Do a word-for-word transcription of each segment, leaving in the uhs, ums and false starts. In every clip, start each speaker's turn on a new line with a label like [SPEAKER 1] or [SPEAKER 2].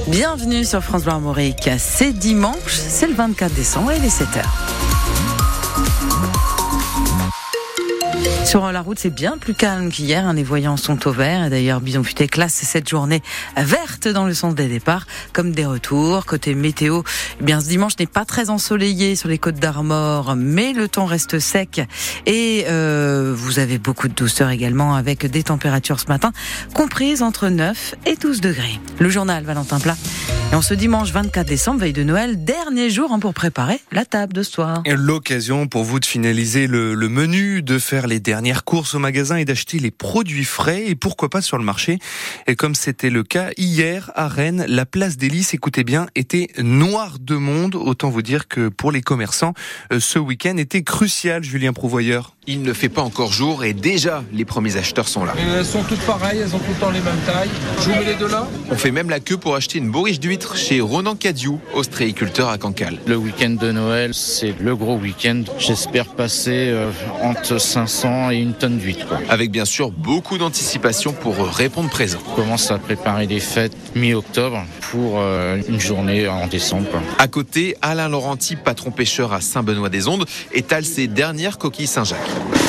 [SPEAKER 1] Bienvenue sur France Bleu Armorique. C'est dimanche, c'est le vingt-quatre décembre et il est sept heures. Sur la route, c'est bien plus calme qu'hier. Les voyants sont au vert. Et d'ailleurs, Bison Futé classe cette journée verte dans le sens des départs, comme des retours. Côté météo, eh bien, ce dimanche n'est pas très ensoleillé sur les côtes d'Armor, mais le temps reste sec. Et euh, vous avez beaucoup de douceur également, avec des températures ce matin comprises entre neuf et douze degrés. Le journal Valentin Plat. Et en ce dimanche vingt-quatre décembre, veille de Noël, dernier jour hein, pour préparer la table de ce soir.
[SPEAKER 2] Et l'occasion pour vous de finaliser le, le menu, de faire les dernières courses au magasin et d'acheter les produits frais et pourquoi pas sur le marché. Et comme c'était le cas hier à Rennes, la place des Lys, écoutez bien, était noire de monde. Autant vous dire que pour les commerçants, ce week-end était crucial, Julien Prouvoyeur.
[SPEAKER 3] Il ne fait pas encore jour et déjà les premiers acheteurs sont là.
[SPEAKER 4] Et elles sont toutes pareilles, elles ont tout le temps les mêmes tailles. Je vous mets les deux là.
[SPEAKER 3] On fait même la queue pour acheter une bourriche d'huîtres chez Ronan Cadiou, ostréiculteur à Cancale.
[SPEAKER 5] Le week-end de Noël, c'est le gros week-end. J'espère passer euh, entre cinq cents et une tonne d'huîtres. Quoi.
[SPEAKER 3] Avec bien sûr beaucoup d'anticipation pour répondre présent.
[SPEAKER 5] On commence à préparer les fêtes mi-octobre pour euh, une journée en décembre. Quoi.
[SPEAKER 3] À côté, Alain Laurenti, patron pêcheur à Saint-Benoît-des-Ondes, étale ses dernières coquilles Saint-Jacques.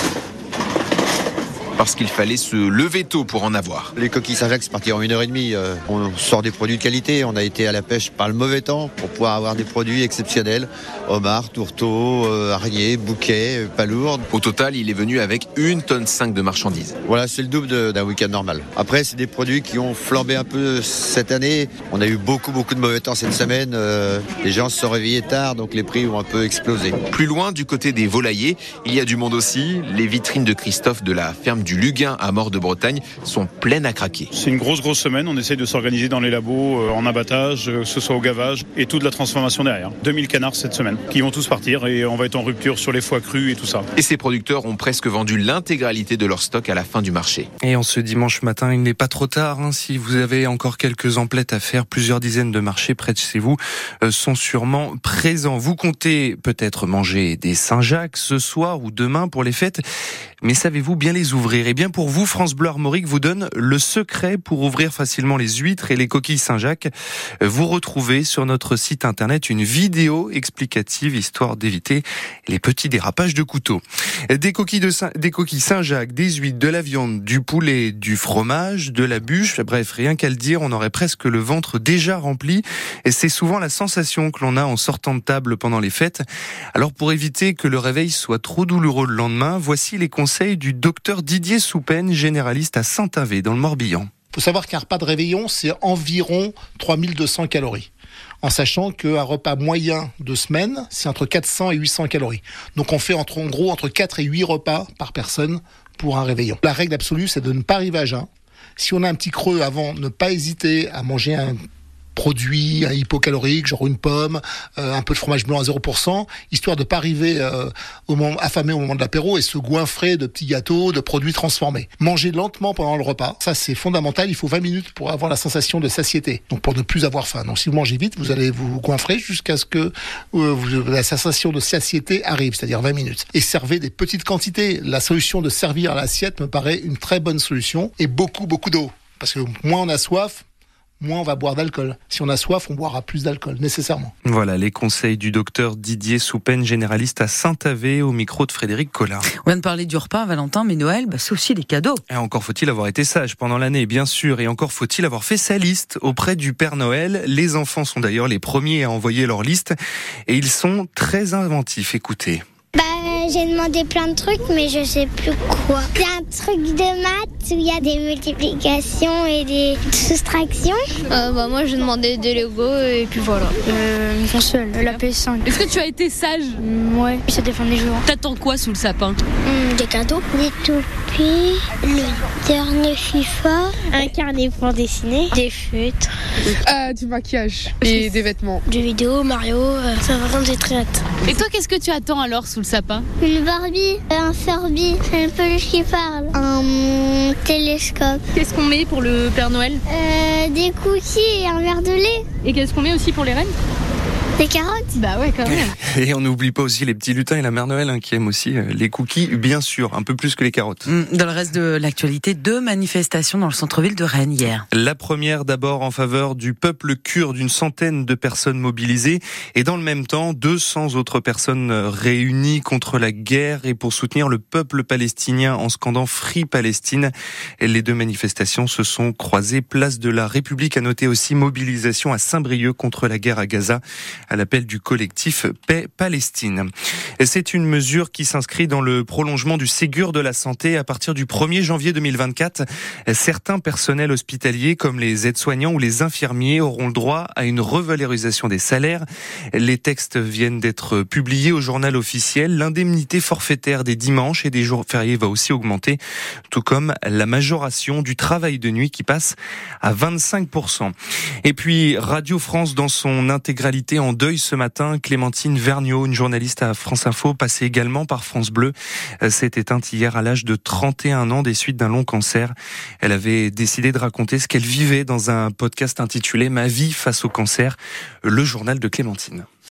[SPEAKER 3] Parce qu'il fallait se lever tôt pour en avoir.
[SPEAKER 6] Les coquilles Saint-Jacques, c'est parti en une heure et demie. On sort des produits de qualité. On a été à la pêche par le mauvais temps pour pouvoir avoir des produits exceptionnels. Homard, tourteau, euh, araignées, bouquets, palourdes.
[SPEAKER 3] Au total, il est venu avec une tonne cinq de marchandises.
[SPEAKER 6] Voilà, c'est le double de, d'un week-end normal. Après, c'est des produits qui ont flambé un peu cette année. On a eu beaucoup, beaucoup de mauvais temps cette semaine. Euh, les gens se sont réveillés tard, donc les prix ont un peu explosé.
[SPEAKER 3] Plus loin, du côté des volaillers, il y a du monde aussi. Les vitrines de Christophe de la ferme du Luguin à Mort de Bretagne sont pleines à craquer.
[SPEAKER 7] C'est une grosse grosse semaine, on essaye de s'organiser dans les labos, euh, en abattage, euh, que ce soit au gavage et toute la transformation derrière. deux mille canards cette semaine qui vont tous partir et on va être en rupture sur les foies crus et tout ça.
[SPEAKER 3] Et ces producteurs ont presque vendu l'intégralité de leur stock à la fin du marché.
[SPEAKER 2] Et en ce dimanche matin, il n'est pas trop tard hein, si vous avez encore quelques emplettes à faire, plusieurs dizaines de marchés près de chez vous euh, sont sûrement présents. Vous comptez peut-être manger des Saint-Jacques ce soir ou demain pour les fêtes, mais savez-vous bien les ouvrir? Et bien pour vous, France Bleu Armorique vous donne le secret pour ouvrir facilement les huîtres et les coquilles Saint-Jacques. Vous retrouvez sur notre site internet une vidéo explicative histoire d'éviter les petits dérapages de couteau. Des coquilles de Saint, des coquilles Saint-Jacques, des huîtres, de la viande, du poulet, du fromage, de la bûche, bref, rien qu'à le dire, on aurait presque le ventre déjà rempli. Et c'est souvent la sensation que l'on a en sortant de table pendant les fêtes. Alors pour éviter que le réveil soit trop douloureux le lendemain, voici les conseils du docteur Didier Soupen, généraliste à Saint-Avé, dans le Morbihan.
[SPEAKER 8] Il faut savoir qu'un repas de réveillon, c'est environ trois mille deux cents calories. En sachant qu'un repas moyen de semaine, c'est entre quatre cents et huit cents calories. Donc on fait entre, en gros entre quatre et huit repas par personne pour un réveillon. La règle absolue, c'est de ne pas arriver à jeun. Si on a un petit creux avant, ne pas hésiter à manger un produit un hypocalorique, genre une pomme, euh, un peu de fromage blanc à zéro pour cent, histoire de ne pas arriver euh, au moment, affamé au moment de l'apéro et se goinfrer de petits gâteaux, de produits transformés. Manger lentement pendant le repas, ça c'est fondamental, il faut vingt minutes pour avoir la sensation de satiété, donc pour ne plus avoir faim. Donc si vous mangez vite, vous allez vous goinfrer jusqu'à ce que euh, vous, la sensation de satiété arrive, c'est-à-dire vingt minutes. Et servez des petites quantités. La solution de servir à l'assiette me paraît une très bonne solution, et beaucoup, beaucoup d'eau. Parce que moins on a soif, moins on va boire d'alcool. Si on a soif, on boira plus d'alcool, nécessairement.
[SPEAKER 2] Voilà les conseils du docteur Didier Soupen, généraliste à Saint-Avé, au micro de Frédéric Collin.
[SPEAKER 1] On vient de parler du repas, Valentin, mais Noël, bah, c'est aussi les cadeaux.
[SPEAKER 2] Et encore faut-il avoir été sage pendant l'année, bien sûr, et encore faut-il avoir fait sa liste auprès du Père Noël. Les enfants sont d'ailleurs les premiers à envoyer leur liste, et ils sont très inventifs. Écoutez.
[SPEAKER 9] Bah, j'ai demandé plein de trucs, mais je sais plus quoi. C'est un truc de maths où il y a des multiplications et des soustractions.
[SPEAKER 10] Euh, bah, moi, j'ai demandé des Lego et puis voilà.
[SPEAKER 11] Euh, une console, la P S cinq.
[SPEAKER 12] Est-ce que tu as été sage?
[SPEAKER 11] mmh, Ouais, ça dépend des jours.
[SPEAKER 12] T'attends quoi sous le sapin?
[SPEAKER 9] mmh, Des cadeaux. Des toupies, le dernier FIFA,
[SPEAKER 11] un carnet pour dessiner, des feutres.
[SPEAKER 13] Euh, du maquillage et des vêtements.
[SPEAKER 11] Des vidéos, Mario, euh, ça va rendre très hâte.
[SPEAKER 12] Et toi, qu'est-ce que tu attends alors sous le sapin?
[SPEAKER 9] Une Barbie, un Furby, c'est un peluche qui parle, un télescope.
[SPEAKER 12] Qu'est-ce qu'on met pour le Père Noël?
[SPEAKER 9] euh, Des cookies et un verre de lait.
[SPEAKER 12] Et qu'est-ce qu'on met aussi pour les reines?
[SPEAKER 9] Des carottes?
[SPEAKER 12] Bah ouais, quand même.
[SPEAKER 2] Et on n'oublie pas aussi les petits lutins et la Mère Noël hein, qui aiment aussi les cookies, bien sûr, un peu plus que les carottes.
[SPEAKER 1] Dans le reste de l'actualité, deux manifestations dans le centre-ville de Rennes hier.
[SPEAKER 2] La première d'abord en faveur du peuple kurde, une centaine de personnes mobilisées et dans le même temps deux cents autres personnes réunies contre la guerre et pour soutenir le peuple palestinien en scandant Free Palestine. Les deux manifestations se sont croisées place de la République. À noter aussi mobilisation à Saint-Brieuc contre la guerre à Gaza à l'appel du collectif Paix Palestine. Et c'est une mesure qui s'inscrit dans le prolongement du Ségur de la santé. À partir du premier janvier deux mille vingt-quatre, certains personnels hospitaliers comme les aides-soignants ou les infirmiers auront le droit à une revalorisation des salaires. Les textes viennent d'être publiés au journal officiel. L'indemnité forfaitaire des dimanches et des jours fériés va aussi augmenter, tout comme la majoration du travail de nuit qui passe à vingt-cinq pour cent. Et puis Radio France dans son intégralité en deuil ce matin. Clémentine Vergniaud, une journaliste à France Info, passée également par France Bleu, s'est éteinte hier à l'âge de trente et un ans des suites d'un long cancer. Elle avait décidé de raconter ce qu'elle vivait dans un podcast intitulé « Ma vie face au cancer », le journal de Clémentine.